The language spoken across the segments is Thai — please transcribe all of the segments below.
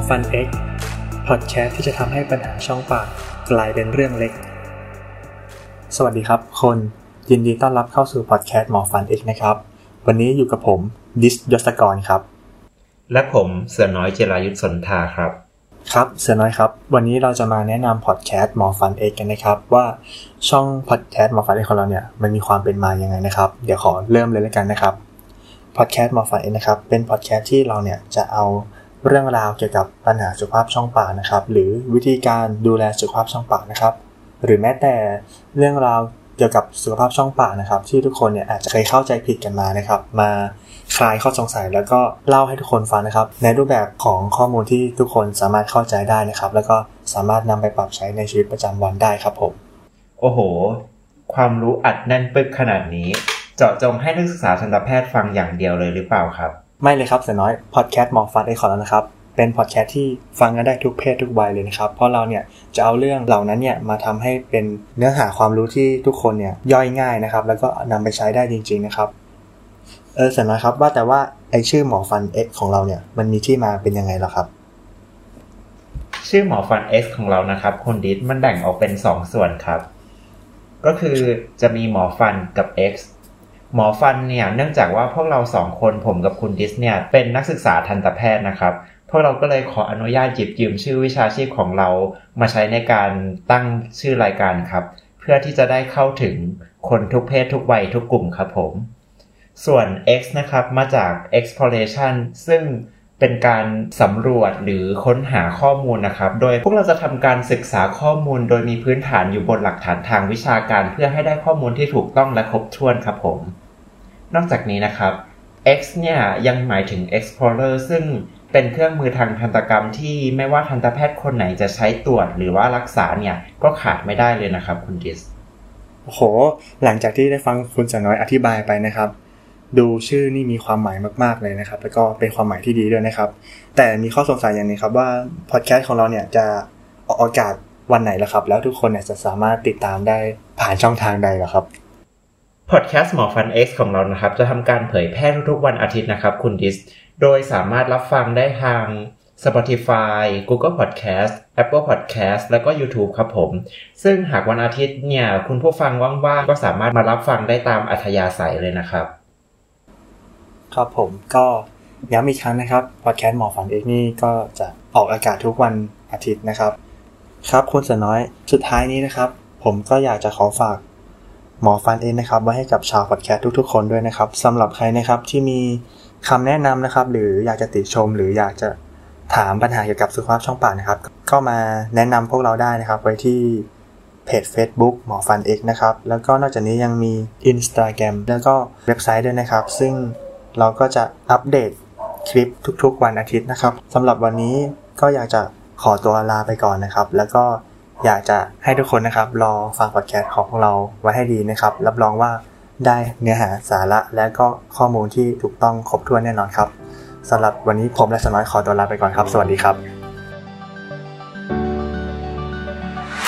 ฟัน X พอดแคสต์ที่จะทำให้ปัญหาช่องปากกลายเป็นเรื่องเล็กสวัสดีครับคนยินดีต้อนรับเข้าสู่พอดแคสต์หมอฟัน X นะครับวันนี้อยู่กับผมดิสยศกรครับและผมเสือน้อยเจรายุทธสนธาครับครับเสือน้อยครับวันนี้เราจะมาแนะนำพอดแคสต์หมอฟัน X กันนะครับว่าช่องพอดแคสต์หมอฟัน X ของเราเนี่ยมันมีความเป็นมายังไงนะครับเดี๋ยวขอเริ่มเลยแล้วกันนะครับพอดแคสต์หมอฟัน X นะครับเป็นพอดแคสต์ที่เราเนี่ยจะเอาเรื่องราวเกี่ยวกับปัญหาสุขภาพช่องปากนะครับหรือวิธีการดูแลสุขภาพช่องปากนะครับหรือแม้แต่เรื่องราวเกี่ยวกับสุขภาพช่องปากนะครับที่ทุกคนเนี่ยอาจจะเคยเข้าใจผิดกันมานะครับมาคลายข้อสงสัยแล้วก็เล่าให้ทุกคนฟังนะครับในรูปแบบของข้อมูลที่ทุกคนสามารถเข้าใจได้นะครับแล้วก็สามารถนำไปปรับใช้ในชีวิตประจำวันได้ครับผมโอ้โหความรู้อัดแน่นปึกขนาดนี้เจาะจงให้นักศึกษาทันตแพทย์ฟังอย่างเดียวเลยหรือเปล่าครับไม่เลยครับเสือน้อยพอดแคสต์หมอฟัน X ของเรานะครับเป็นพอดแคสต์ที่ฟังกันได้ทุกเพศทุกวัยเลยนะครับเพราะเราเนี่ยจะเอาเรื่องเหล่านั้นเนี่ยมาทำให้เป็นเนื้อหาความรู้ที่ทุกคนเนี่ยย่อยง่ายนะครับแล้วก็นำไปใช้ได้จริงๆนะครับเสือน้อยครับว่าแต่ว่าไอชื่อหมอฟัน X ของเราเนี่ยมันมีที่มาเป็นยังไงล่ะครับชื่อหมอฟัน X ของเรานะครับคุณดิษมันแบ่งออกเป็น2ส่วนครับก็คือจะมีหมอฟันกับ Xหมอฟันเนี่ยเนื่องจากว่าพวกเรา2คนผมกับคุณดิษเนี่ยเป็นนักศึกษาทันตแพทย์นะครับพวกเราก็เลยขออนุญาตหยิบยืมชื่อวิชาชีพของเรามาใช้ในการตั้งชื่อรายการครับเพื่อที่จะได้เข้าถึงคนทุกเพศทุกวัยทุกกลุ่มครับผมส่วน X นะครับมาจาก exploration ซึ่งเป็นการสำรวจหรือค้นหาข้อมูลนะครับโดยพวกเราจะทำการศึกษาข้อมูลโดยมีพื้นฐานอยู่บนหลักฐานทางวิชาการเพื่อให้ได้ข้อมูลที่ถูกต้องและครบถ้วนครับผมนอกจากนี้นะครับ X เนี่ยยังหมายถึง explorer ซึ่งเป็นเครื่องมือทางทันตกรรมที่ไม่ว่าทันตแพทย์คนไหนจะใช้ตรวจหรือว่ารักษาเนี่ยก็ขาดไม่ได้เลยนะครับคุณดิสโอ้โหหลังจากที่ได้ฟังคุณสน้อยอธิบายไปนะครับดูชื่อนี่มีความหมายมากๆเลยนะครับแล้วก็เป็นความหมายที่ดีด้วยนะครับแต่มีข้อสงสัยอย่างนี้ครับว่าพอดแคสต์ของเราเนี่ยจะออกอากาศวันไหนล่ะครับแล้วทุกคนเนี่ยจะสามารถติดตามได้ผ่านช่องทางใดล่ะครับพอดแคสต์หมอฟัน X ของเรานะครับจะทำการเผยแพร่ทุกๆวันอาทิตย์นะครับคุณดิสโดยสามารถรับฟังได้ทาง Spotify, Google Podcast, Apple Podcast แล้วก็ YouTube ครับผมซึ่งหากวันอาทิตย์เนี่ยคุณผู้ฟังว่างๆก็สามารถมารับฟังได้ตามอัธยาศัยเลยนะครับครับผมก็ย้ำอีกครั้งนะครับพอดแคสต์หมอฟัน X นี่ก็จะออกอากาศทุกวันอาทิตย์นะครับครับคุณเสือน้อยสุดท้ายนี้นะครับผมก็อยากจะขอฝากหมอฟัน X นะครับไว้ให้กับชาวพอดแคสต์ทุกๆคนด้วยนะครับสำหรับใครนะครับที่มีคำแนะนำนะครับหรืออยากจะติชมหรืออยากจะถามปัญหาเกี่ยวกับสุขภาพช่องปากนะครับก็มาแนะนำพวกเราได้นะครับไว้ที่เพจ Facebook หมอฟัน X นะครับแล้วก็นอกจากนี้ยังมี Instagram แล้วก็เว็บไซต์ด้วยนะครับซึ่งเราก็จะอัปเดตคลิปทุกๆวันอาทิตย์นะครับสำหรับวันนี้ก็อยากจะขอตัวลาไปก่อนนะครับแล้วก็อยากจะให้ทุกคนนะครับรอฟังพอดแคสต์ของพวกเราไว้ให้ดีนะครับรับรองว่าได้เนื้อหาสาระและก็ข้อมูลที่ถูกต้องครบถ้วนแน่นอนครับสำหรับวันนี้ผมและสน้อยขอตัวลาไปก่อนครับสวัสดีครับ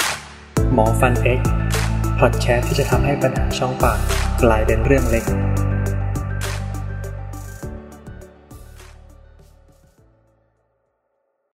หมอฟัน X พอดแคสต์ที่จะทำให้ปัญหาช่องปากกลายเป็นเรื่องเล็ก